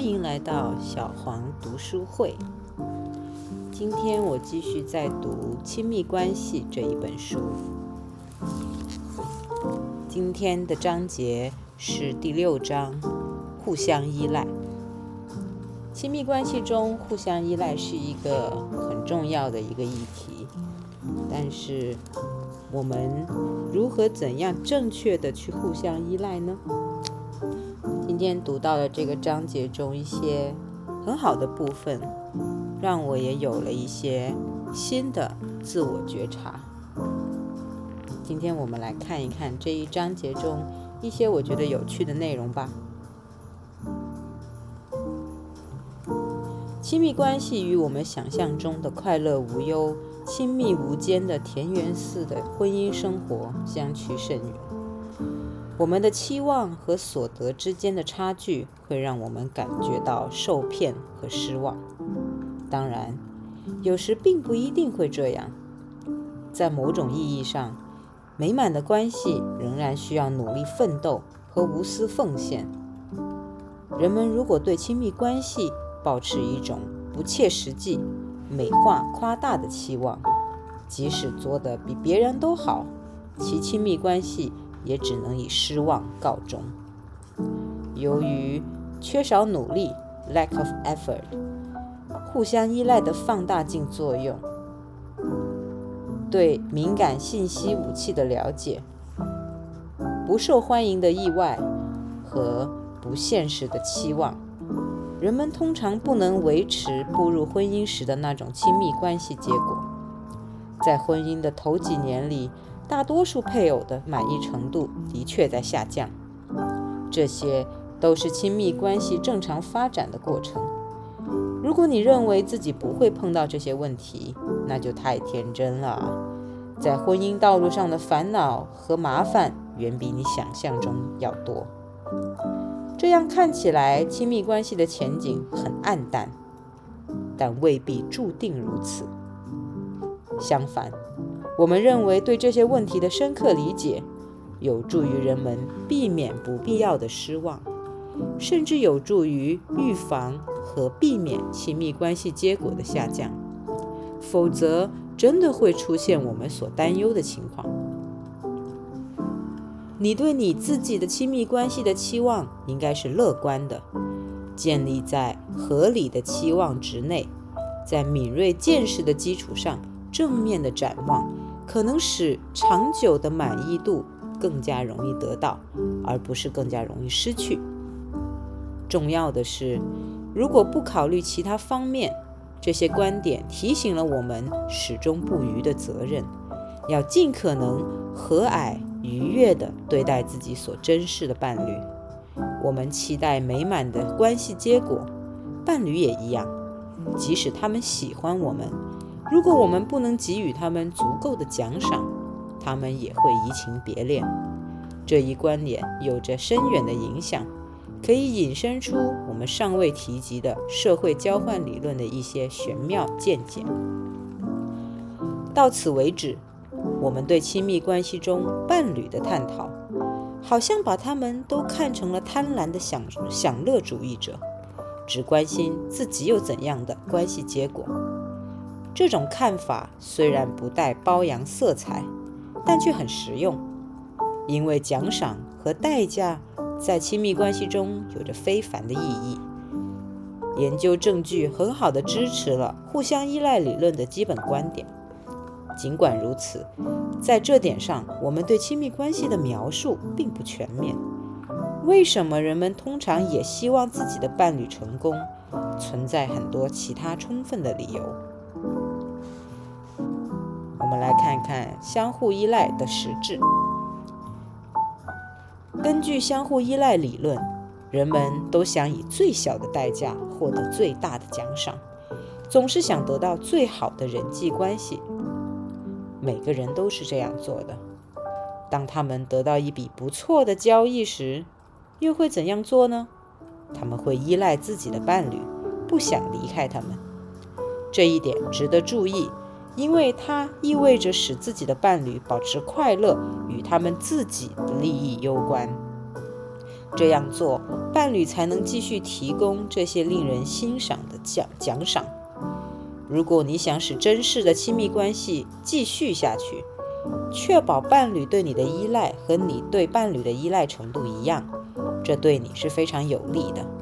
欢迎来到小黄读书会。今天我继续在读《亲密关系》这一本书。今天的章节是第6章，互相依赖。亲密关系中，互相依赖是一个很重要的一个议题，但是我们如何怎样正确的去互相依赖呢？今天读到了这个章节中一些很好的部分，让我也有了一些新的自我觉察。今天我们来看一看这一章节中一些我觉得有趣的内容吧。亲密关系与我们想象中的快乐无忧、亲密无间的田园似的婚姻生活相去甚远。我们的期望和所得之间的差距会让我们感觉到受骗和失望。当然，有时并不一定会这样。在某种意义上，美满的关系仍然需要努力奋斗和无私奉献。人们如果对亲密关系抱持一种不切实际、美化夸大的期望，即使做得比别人都好，其亲密关系也只能以失望告终。由于缺少努力 lack of effort， 互相依赖的放大镜作用，对敏感信息武器的了解，不受欢迎的意外和不现实的期望，人们通常不能维持步入婚姻时的那种亲密关系结果。在婚姻的头几年里，大多数配偶的满意程度的确在下降，这些都是亲密关系正常发展的过程。如果你认为自己不会碰到这些问题，那就太天真了。在婚姻道路上的烦恼和麻烦远比你想象中要多。这样看起来，亲密关系的前景很暗淡，但未必注定如此。相反，我们认为对这些问题的深刻理解，有助于人们避免不必要的失望，甚至有助于预防和避免亲密关系结果的下降。否则，真的会出现我们所担忧的情况。你对你自己的亲密关系的期望应该是乐观的，建立在合理的期望值内，在敏锐见识的基础上，正面的展望可能使长久的满意度更加容易得到，而不是更加容易失去。重要的是，如果不考虑其他方面，这些观点提醒了我们始终不渝的责任，要尽可能和蔼愉悦地对待自己所珍视的伴侣。我们期待美满的关系结果，伴侣也一样。即使他们喜欢我们，如果我们不能给予他们足够的奖赏，他们也会移情别恋。这一观点有着深远的影响，可以引申出我们尚未提及的社会交换理论的一些玄妙见解。到此为止，我们对亲密关系中伴侣的探讨，好像把他们都看成了贪婪的享乐主义者，只关心自己有怎样的关系结果。这种看法虽然不带褒扬色彩，但却很实用，因为奖赏和代价在亲密关系中有着非凡的意义。研究证据很好地支持了互相依赖理论的基本观点。尽管如此，在这点上，我们对亲密关系的描述并不全面。为什么人们通常也希望自己的伴侣成功？存在很多其他充分的理由。我们来看看相互依赖的实质。根据相互依赖理论，人们都想以最小的代价获得最大的奖赏，总是想得到最好的人际关系。每个人都是这样做的。当他们得到一笔不错的交易时，又会怎样做呢？他们会依赖自己的伴侣，不想离开他们。这一点值得注意，因为它意味着使自己的伴侣保持快乐与他们自己的利益攸关。 这样做，伴侣才能继续提供这些令人欣赏的奖赏。如果你想使珍视的亲密关系继续下去，确保伴侣对你的依赖和你对伴侣的依赖程度一样，这对你是非常有利的。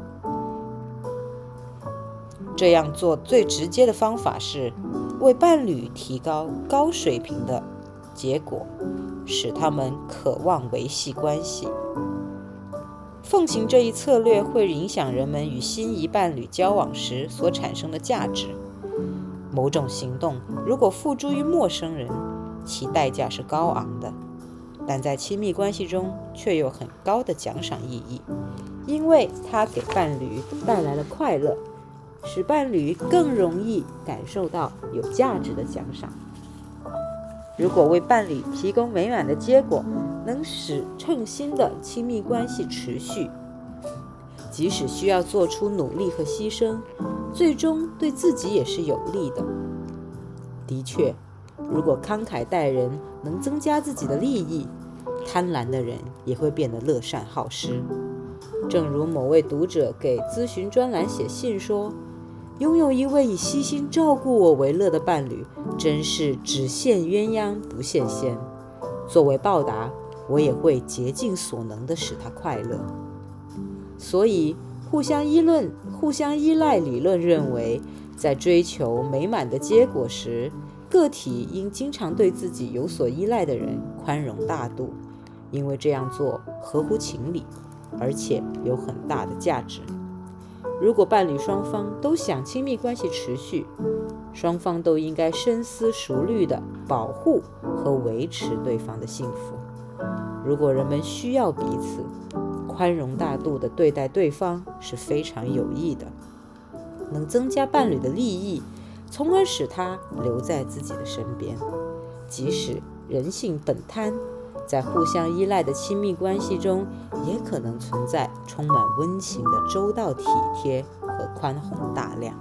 这样做最直接的方法是为伴侣提高高水平的结果，使他们渴望维系关系。奉行这一策略会影响人们与心仪伴侣交往时所产生的价值。某种行动如果付诸于陌生人，其代价是高昂的，但在亲密关系中却有很高的奖赏意义，因为它给伴侣带来了快乐，使伴侣更容易感受到有价值的奖赏。如果为伴侣提供美满的结果，能使称心的亲密关系持续，即使需要做出努力和牺牲，最终对自己也是有利的。的确，如果慷慨待人能增加自己的利益，贪婪的人也会变得乐善好施。正如某位读者给咨询专栏写信说，拥有一位以悉心照顾我为乐的伴侣，真是只羡鸳鸯不羡仙。作为报答，我也会竭尽所能地使他快乐。所以，互相依赖理论认为，在追求美满的结果时，个体应经常对自己有所依赖的人宽容大度，因为这样做合乎情理，而且有很大的价值。如果伴侣双方都想亲密关系持续，双方都应该深思熟虑地保护和维持对方的幸福。如果人们需要彼此，宽容大度地对待对方是非常有益的，能增加伴侣的利益，从而使他留在自己的身边。即使人性本贪，在互相依赖的亲密关系中，也可能存在充满温情的周到体贴和宽宏大量。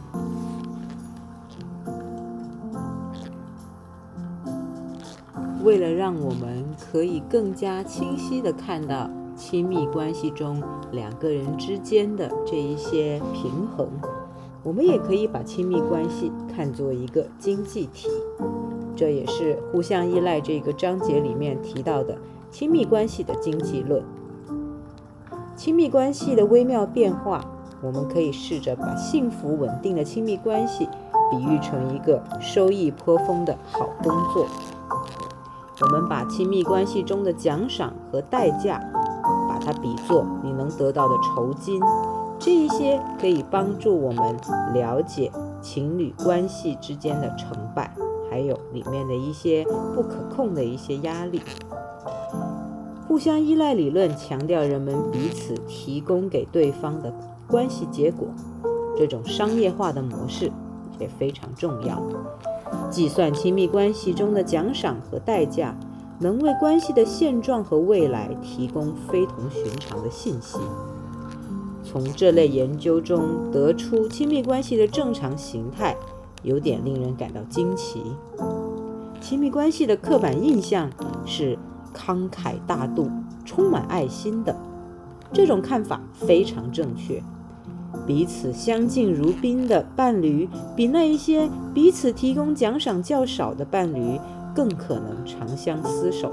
为了让我们可以更加清晰地看到亲密关系中两个人之间的这一些平衡，我们也可以把亲密关系看作一个经济体。这也是互相依赖这个章节里面提到的亲密关系的经济论。亲密关系的微妙变化，我们可以试着把幸福稳定的亲密关系比喻成一个收益颇丰的好工作。我们把亲密关系中的奖赏和代价，把它比作你能得到的酬金，这一些可以帮助我们了解情侣关系之间的成败，还有里面的一些不可控的一些压力。互相依赖理论强调人们彼此提供给对方的关系结果，这种商业化的模式也非常重要。计算亲密关系中的奖赏和代价，能为关系的现状和未来提供非同寻常的信息。从这类研究中得出亲密关系的正常形态，有点令人感到惊奇。亲密关系的刻板印象是慷慨大度、充满爱心的，这种看法非常正确。彼此相敬如宾的伴侣，比那一些彼此提供奖赏较少的伴侣更可能长相厮守。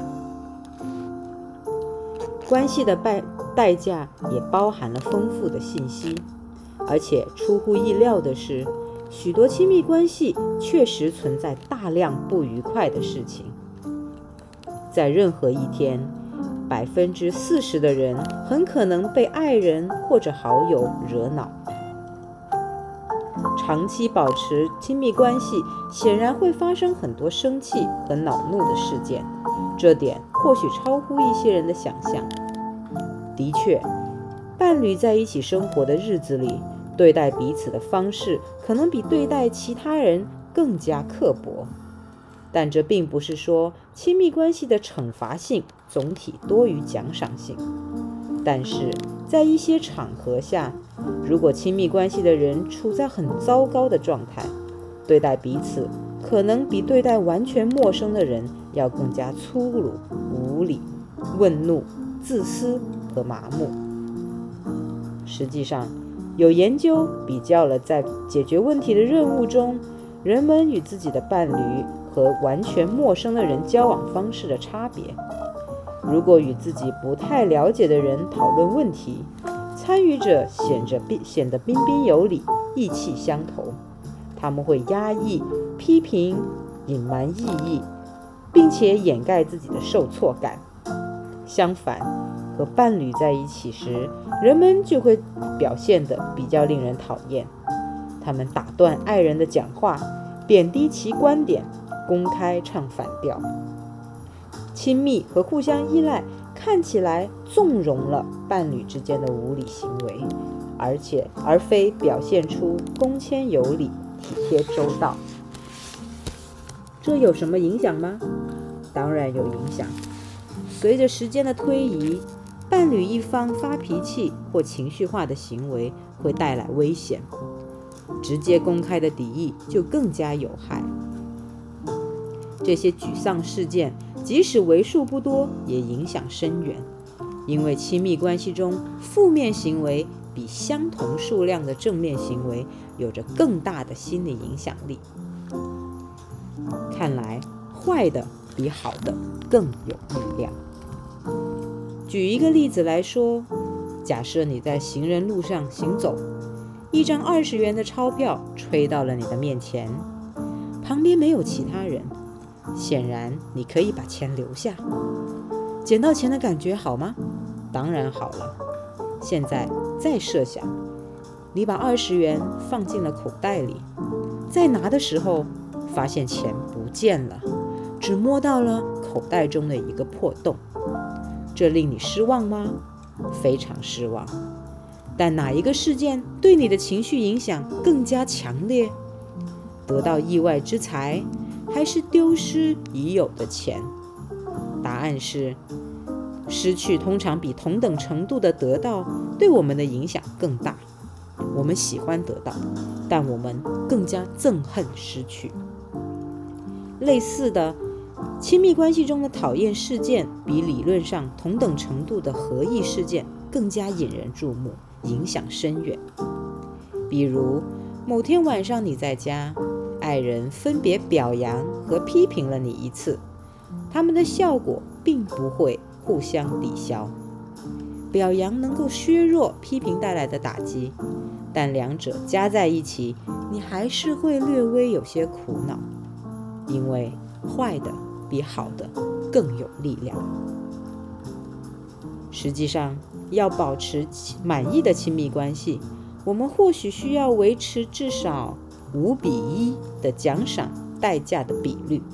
关系的代价也包含了丰富的信息，而且出乎意料的是，许多亲密关系确实存在大量不愉快的事情。在任何一天，40%的人很可能被爱人或者好友惹恼。长期保持亲密关系显然会发生很多生气和恼怒的事件，这点或许超乎一些人的想象。的确，伴侣在一起生活的日子里，对待彼此的方式可能比对待其他人更加刻薄。但这并不是说亲密关系的惩罚性总体多于奖赏性。但是在一些场合下，如果亲密关系的人处在很糟糕的状态，对待彼此可能比对待完全陌生的人要更加粗鲁、无理、愤怒、自私、 和麻木。实际上，有研究比较了在解决问题的任务中，人们与自己的伴侣和完全陌生的人交往方式的差别。如果与自己不太了解的人讨论问题，参与者显得彬彬有礼，意气相投。他们会压抑、批评、隐瞒异议，并且掩盖自己的受挫感。相反，和伴侣在一起时，人们就会表现得比较令人讨厌。他们打断爱人的讲话，贬低其观点，公开唱反调。亲密和互相依赖看起来纵容了伴侣之间的无理行为，而非表现出恭谦有礼、体贴周到。这有什么影响吗？当然有影响。随着时间的推移，伴侣一方发脾气或情绪化的行为会带来危险，直接公开的敌意就更加有害。这些沮丧事件即使为数不多，也影响深远，因为亲密关系中负面行为比相同数量的正面行为有着更大的心理影响力。看来，坏的比好的更有力量。举一个例子来说，假设你在行人路上行走，一张20元的钞票吹到了你的面前，旁边没有其他人，显然你可以把钱留下。捡到钱的感觉好吗？当然好了。现在再设想，你把20元放进了口袋里，在拿的时候发现钱不见了，只摸到了口袋中的一个破洞。这令你失望吗？非常失望。但哪一个事件对你的情绪影响更加强烈？得到意外之财，还是丢失已有的钱？答案是，失去通常比同等程度的得到对我们的影响更大。我们喜欢得到，但我们更加憎恨失去。类似的，亲密关系中的讨厌事件比理论上同等程度的合意事件更加引人注目，影响深远。比如，某天晚上你在家，爱人分别表扬和批评了你一次，他们的效果并不会互相抵消。表扬能够削弱批评带来的打击，但两者加在一起，你还是会略微有些苦恼，因为坏的比好的更有力量。实际上，要保持满意的亲密关系，我们或许需要维持至少5:1的奖赏代价的比率。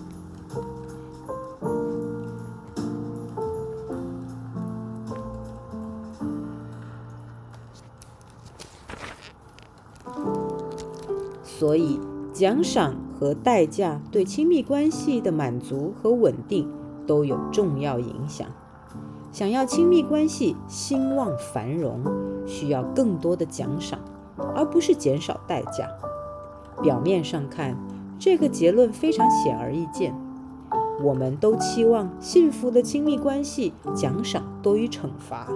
所以，奖赏和代价对亲密关系的满足和稳定都有重要影响。想要亲密关系兴旺繁荣，需要更多的奖赏，而不是减少代价。表面上看，这个结论非常显而易见。我们都期望幸福的亲密关系奖赏多于惩罚。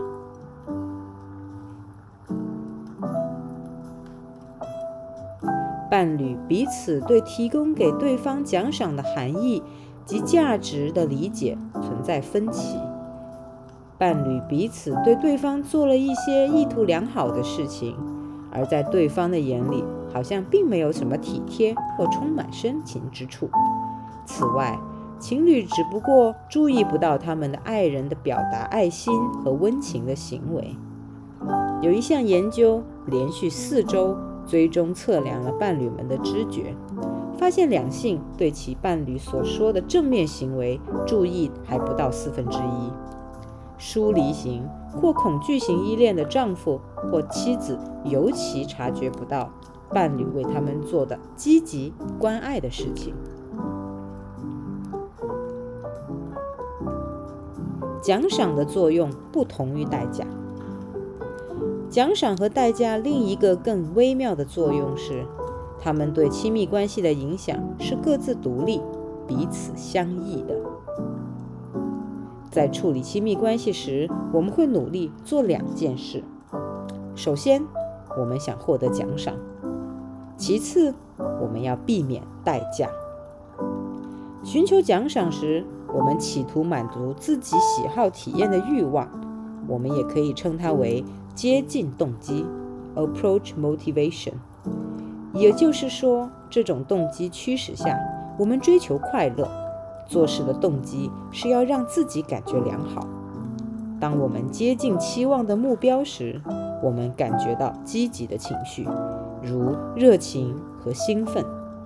伴侣彼此对提供给对方奖赏的含义及价值的理解存在分歧。伴侣彼此对对方做了一些意图良好的事情，而在对方的眼里好像并没有什么体贴或充满深情之处。此外，情侣只不过注意不到他们的爱人的表达爱心和温情的行为。有一项研究连续4周追踪测量了伴侣们的知觉，发现两性对其伴侣所说的正面行为注意还不到1/4。疏离型或恐惧型依恋的丈夫或妻子尤其察觉不到伴侣为他们做的积极关爱的事情。奖赏的作用不同于代价。奖赏和代价另一个更微妙的作用是，他们对亲密关系的影响是各自独立、彼此相异的。 在处理亲密关系时，我们会努力做2件事。首先，我们想获得奖赏；其次，我们要避免代价。寻求奖赏时，我们企图满足自己喜好体验的欲望，我们也可以称它为接近动机 （approach motivation）。也就是说，这种动机驱使下，我们追求快乐，做事的动机是要让自己感觉良好。当我们接近期望的目标时，我们感觉到积极的情绪，如热情和兴奋。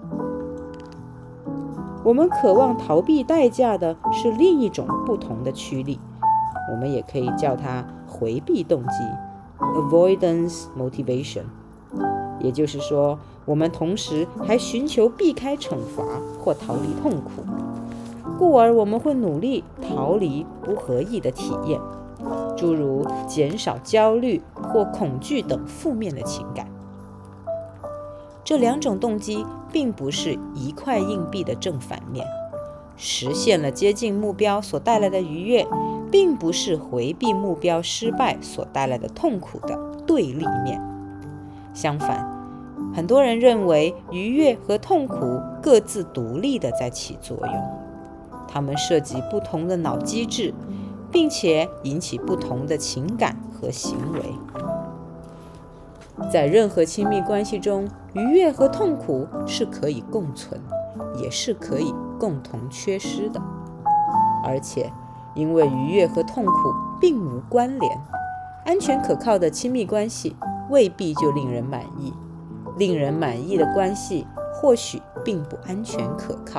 我们渴望逃避代价的是另一种不同的驱力，我们也可以叫它回避动机 （avoidance motivation）。也就是说，我们同时还寻求避开惩罚或逃离痛苦，故而我们会努力逃离不合意的体验，诸如减少焦虑或恐惧等负面的情感。这2种动机并不是一块硬币的正反面，实现了接近目标所带来的愉悦，并不是回避目标失败所带来的痛苦的对立面。相反，很多人认为愉悦和痛苦各自独立地在起作用，它们涉及不同的脑机制，并且引起不同的情感和行为。在任何亲密关系中，愉悦和痛苦是可以共存，也是可以共同缺失的。而且，因为愉悦和痛苦并无关联，安全可靠的亲密关系未必就令人满意，令人满意的关系或许并不安全可靠。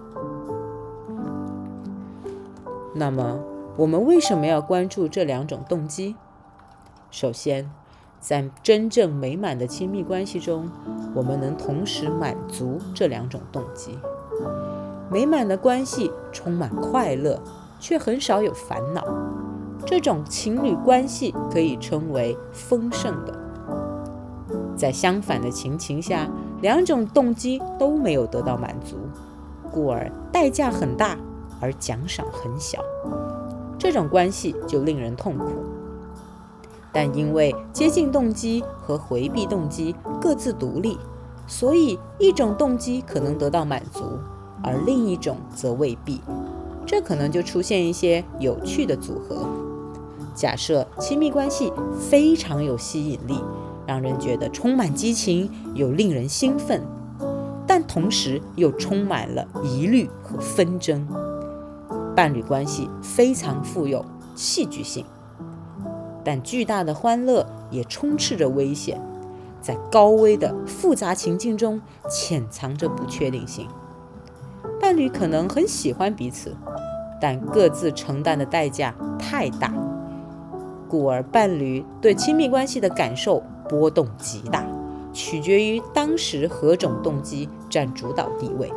那么，我们为什么要关注这2种动机？首先，在真正美满的亲密关系中，我们能同时满足这2种动机。美满的关系充满快乐，却很少有烦恼。这种情侣关系可以称为丰盛的。在相反的情形下，2种动机都没有得到满足，故而代价很大，而奖赏很小。这种关系就令人痛苦。但因为接近动机和回避动机各自独立，所以一种动机可能得到满足，而另一种则未必。这可能就出现一些有趣的组合。假设亲密关系非常有吸引力，让人觉得充满激情，又令人兴奋，但同时又充满了疑虑和纷争。伴侣关系非常富有戏剧性，但巨大的欢乐也充斥着危险，在高危的复杂情境中潜藏着不确定性。伴侣可能很喜欢彼此，但各自承担的代价太大，故而伴侣对亲密关系的感受波动极大，取决于当时何种动机占主导地位。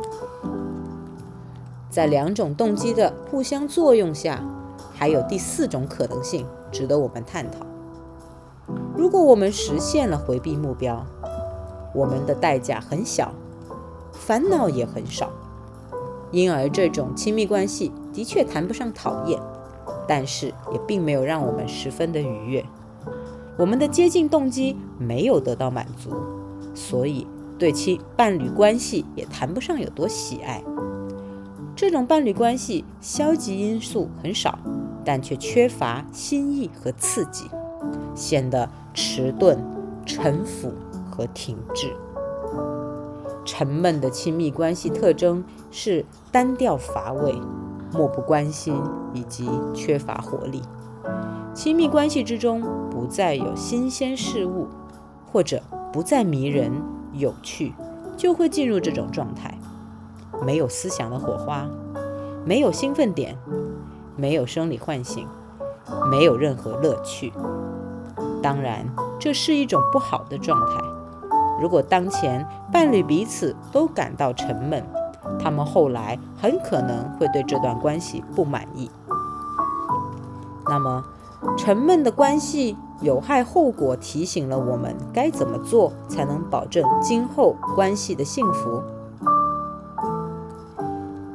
在2种动机的互相作用下，还有第4种可能性值得我们探讨。如果我们实现了回避目标，我们的代价很小，烦恼也很少，因而这种亲密关系的确谈不上讨厌，但是也并没有让我们十分的愉悦。我们的接近动机没有得到满足，所以对伴侣关系也谈不上有多喜爱。这种伴侣关系消极因素很少，但却缺乏新意和刺激，显得迟钝、沉浮和停滞。沉闷的亲密关系特征是单调乏味、漠不关心以及缺乏活力。亲密关系之中不再有新鲜事物，或者不再迷人、有趣，就会进入这种状态。没有思想的火花，没有兴奋点，没有生理唤醒，没有任何乐趣。当然，这是一种不好的状态。如果当前伴侣彼此都感到沉闷，他们后来很可能会对这段关系不满意。那么，沉闷的关系有害后果提醒了我们该怎么做才能保证今后关系的幸福。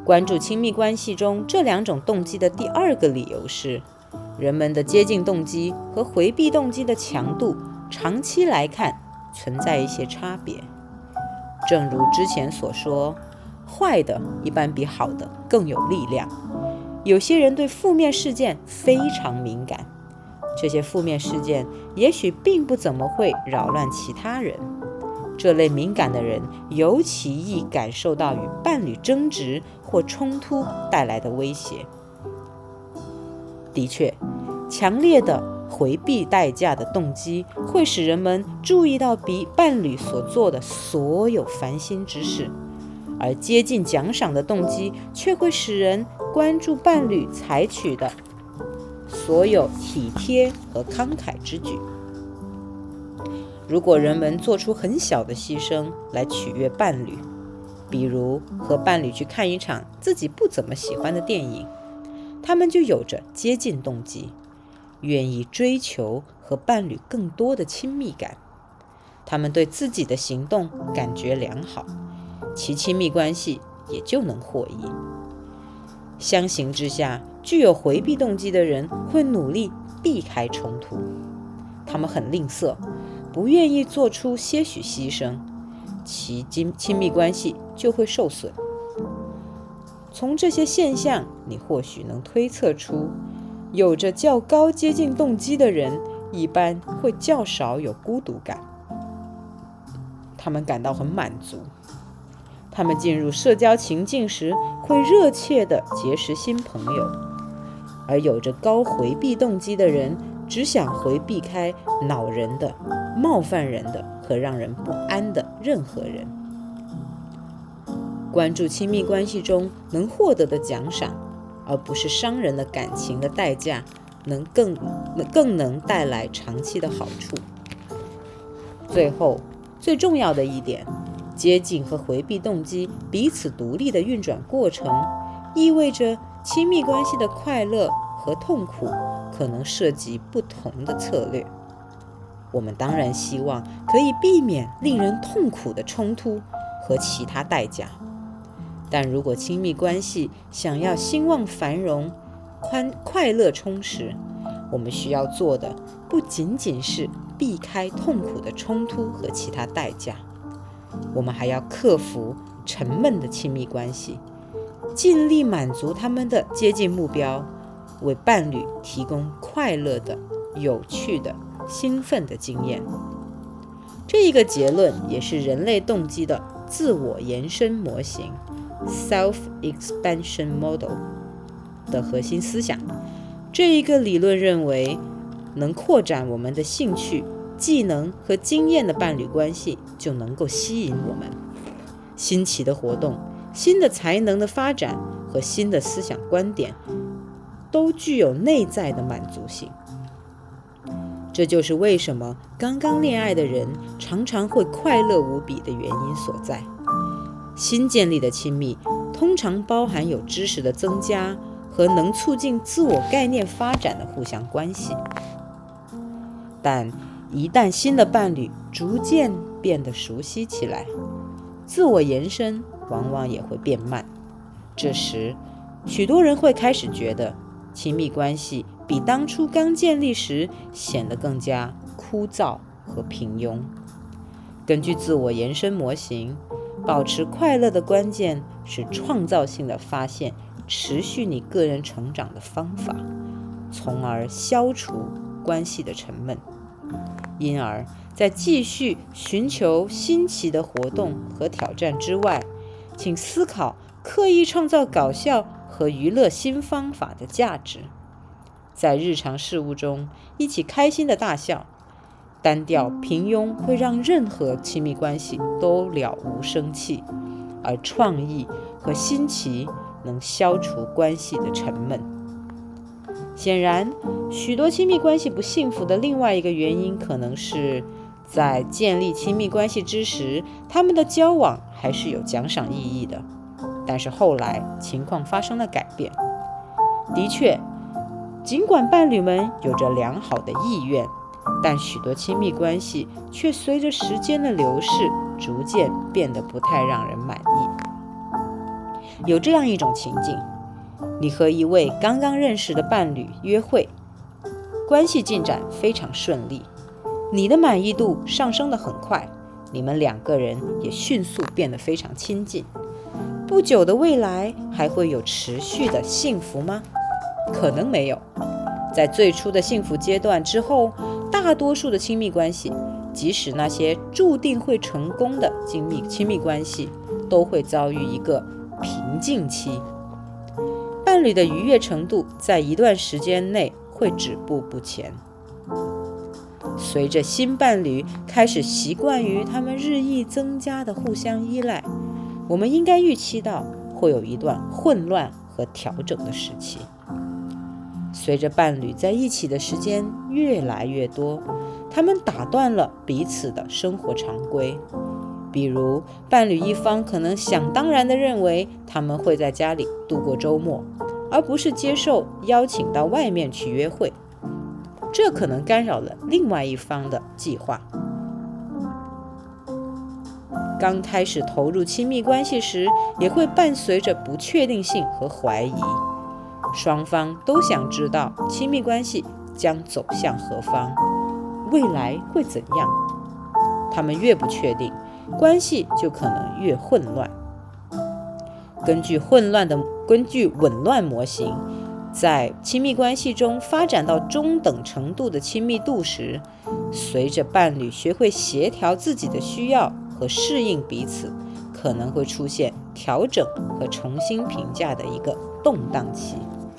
关注亲密关系中这两种动机的第二个理由是，人们的接近动机和回避动机的强度长期来看存在一些差别。正如之前所说，坏的一般比好的更有力量。有些人对负面事件非常敏感，这些负面事件也许并不怎么会扰乱其他人。这类敏感的人尤其易感受到与伴侣争执或冲突带来的威胁。的确，强烈的回避代价的动机会使人们注意到比伴侣所做的所有烦心之事，而接近奖赏的动机却会使人关注伴侣采取的所有体贴和慷慨之举。如果人们做出很小的牺牲来取悦伴侣，比如和伴侣去看一场自己不怎么喜欢的电影，他们就有着接近动机，愿意追求和伴侣更多的亲密感。他们对自己的行动感觉良好，其亲密关系也就能获益。相形之下，具有回避动机的人会努力避开冲突，他们很吝啬，不愿意做出些许牺牲，其亲密关系就会受损。从这些现象，你或许能推测出，有着较高接近动机的人一般会较少有孤独感，他们感到很满足。他们进入社交情境时会热切地结识新朋友，而有着高回避动机的人只想回避开恼人的、冒犯人的和让人不安的任何人。关注亲密关系中能获得的奖赏，而不是伤人的感情的代价，更能带来长期的好处。最后，最重要的一点，接近和回避动机彼此独立的运转过程，意味着亲密关系的快乐和痛苦可能涉及不同的策略。我们当然希望可以避免令人痛苦的冲突和其他代价，但如果亲密关系想要兴旺繁荣、快乐充实，我们需要做的不仅仅是避开痛苦的冲突和其他代价，我们还要克服沉闷的亲密关系，尽力满足他们的接近目标，为伴侣提供快乐的、有趣的、兴奋的经验。这一个结论也是人类动机的自我延伸模型 Self-Expansion Model 的核心思想。这一个理论认为，能扩展我们的兴趣、技能和经验的伴侣关系就能够吸引我们。新奇的活动、新的才能的发展和新的思想观点都具有内在的满足性。这就是为什么刚刚恋爱的人常常会快乐无比的原因所在。新建立的亲密通常包含有知识的增加和能促进自我概念发展的互相关系。但一旦新的伴侣逐渐变得熟悉起来，自我延伸往往也会变慢。这时，许多人会开始觉得亲密关系比当初刚建立时显得更加枯燥和平庸。根据自我延伸模型，保持快乐的关键是创造性的发现持续你个人成长的方法，从而消除关系的沉闷。因而，在继续寻求新奇的活动和挑战之外，请思考刻意创造搞笑和娱乐新方法的价值。在日常事务中一起开心的大笑，单调平庸会让任何亲密关系都了无生气，而创意和新奇能消除关系的沉闷。显然，许多亲密关系不幸福的另外一个原因，可能是在建立亲密关系之时，他们的交往还是有奖赏意义的，但是后来情况发生了改变。的确，尽管伴侣们有着良好的意愿，但许多亲密关系却随着时间的流逝，逐渐变得不太让人满意。 有这样一种情境：你和一位刚刚认识的伴侣约会，关系进展非常顺利，你的满意度上升得很快，你们两个人也迅速变得非常亲近。不久的未来还会有持续的幸福吗？可能没有。在最初的幸福阶段之后，大多数的亲密关系，即使那些注定会成功的亲密关系，都会遭遇一个瓶颈期。伴侣的愉悦程度在一段时间内会止步不前。随着新伴侣开始习惯于他们日益增加的互相依赖，我们应该预期到会有一段混乱和调整的时期。随着伴侣在一起的时间越来越多，他们打断了彼此的生活常规。比如，伴侣一方可能想当然地认为他们会在家里度过周末，而不是接受邀请到外面去约会，这可能干扰了另外一方的计划。刚开始投入亲密关系时，也会伴随着不确定性和怀疑，双方都想知道亲密关系将走向何方，未来会怎样。他们越不确定，关系就可能越混乱。根据紊乱模型，在亲密关系中发展到中等程度的亲密度时，随着伴侣学会协调自己的需要和适应彼此，可能会出现调整和重新评价的一个动荡期。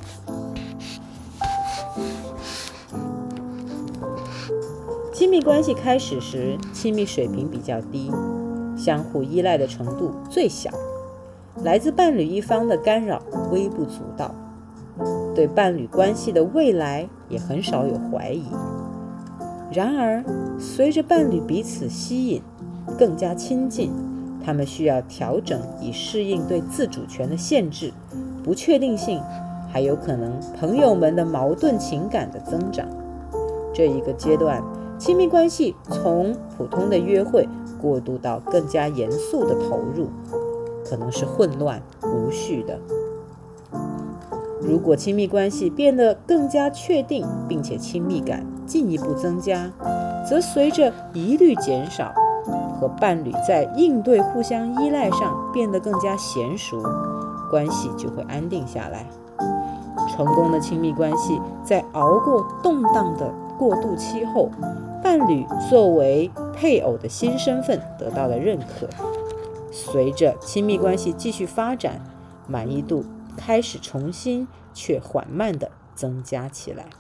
亲密关系开始时，亲密水平比较低，相互依赖的程度最小，来自伴侣一方的干扰微不足道，对伴侣关系的未来也很少有怀疑。然而，随着伴侣彼此吸引，更加亲近，他们需要调整以适应对自主权的限制、不确定性，还有可能朋友们的矛盾情感的增长。这一个阶段，亲密关系从普通的约会过渡到更加严肃的投入，可能是混乱无序的。如果亲密关系变得更加确定，并且亲密感进一步增加，则随着疑虑减少和伴侣在应对互相依赖上变得更加娴熟，关系就会安定下来。成功的亲密关系在熬过动荡的过渡期后，伴侣作为配偶的新身份得到了认可。随着亲密关系继续发展，满意度开始重新却缓慢地增加起来。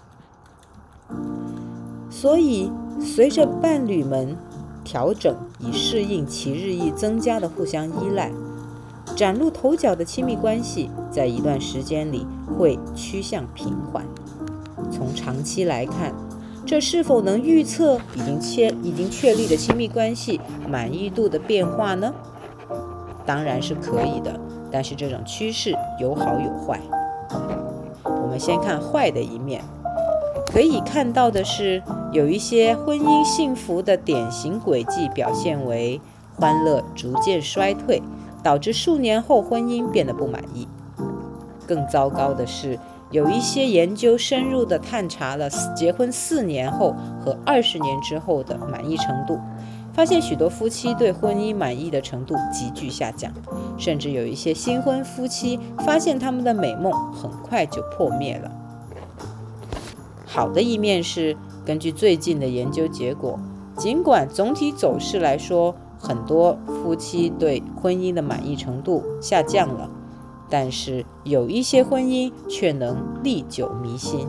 所以，随着伴侣们调整以适应其日益增加的互相依赖，崭露头角的亲密关系在一段时间里会趋向平缓。从长期来看，这是否能预测已经确立的亲密关系满意度的变化呢？当然是可以的，但是这种趋势有好有坏。我们先看坏的一面。可以看到的是，有一些婚姻幸福的典型轨迹表现为欢乐逐渐衰退，导致数年后婚姻变得不满意。更糟糕的是，有一些研究深入地探查了结婚4年后和20年之后的满意程度，发现许多夫妻对婚姻满意的程度急剧下降，甚至有一些新婚夫妻发现他们的美梦很快就破灭了。好的一面是，根据最近的研究结果，尽管总体走势来说，很多夫妻对婚姻的满意程度下降了，但是有一些婚姻却能历久弥新。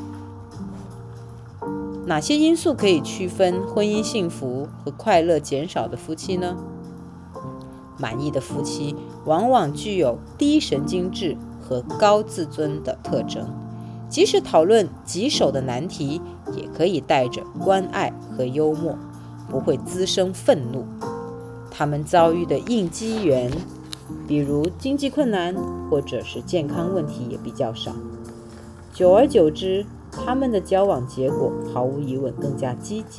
哪些因素可以区分婚姻幸福和快乐减少的夫妻呢？满意的夫妻往往具有低神经质和高自尊的特征，即使讨论棘手的难题，也可以带着关爱和幽默，不会滋生愤怒。他们遭遇的应激源，比如经济困难或者是健康问题也比较少。久而久之，他们的交往结果毫无疑问更加积极。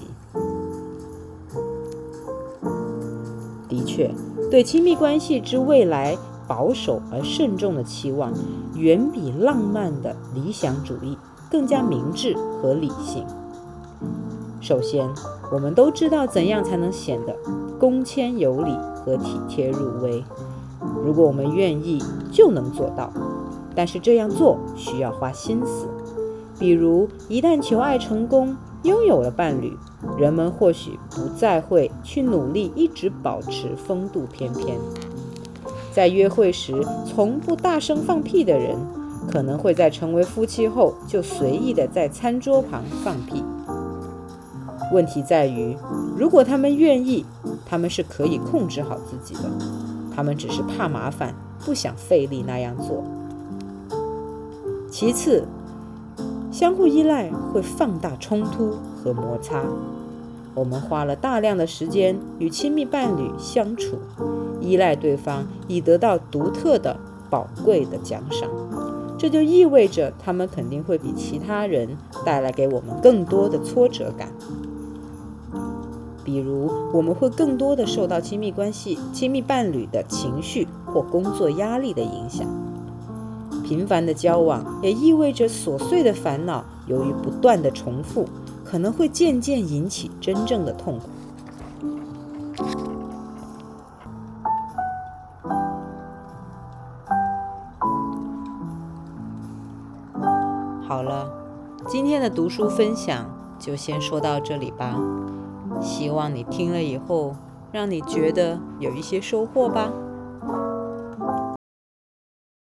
的确，对亲密关系之未来保守而慎重的期望，远比浪漫的理想主义更加明智和理性。首先，我们都知道怎样才能显得恭谦有礼和体贴入微。如果我们愿意，就能做到。但是这样做需要花心思。比如，一旦求爱成功，拥有了伴侣，人们或许不再会去努力一直保持风度翩翩。在约会时从不大声放屁的人，可能会在成为夫妻后就随意的在餐桌旁放屁。问题在于，如果他们愿意，他们是可以控制好自己的，他们只是怕麻烦，不想费力那样做。其次，相互依赖会放大冲突和摩擦。我们花了大量的时间与亲密伴侣相处，依赖对方以得到独特的宝贵的奖赏，这就意味着他们肯定会比其他人带来给我们更多的挫折感。比如，我们会更多的受到亲密伴侣的情绪或工作压力的影响。频繁的交往也意味着琐碎的烦恼，由于不断的重复，可能会渐渐引起真正的痛苦。好了，今天的读书分享就先说到这里吧。希望你听了以后，让你觉得有一些收获吧。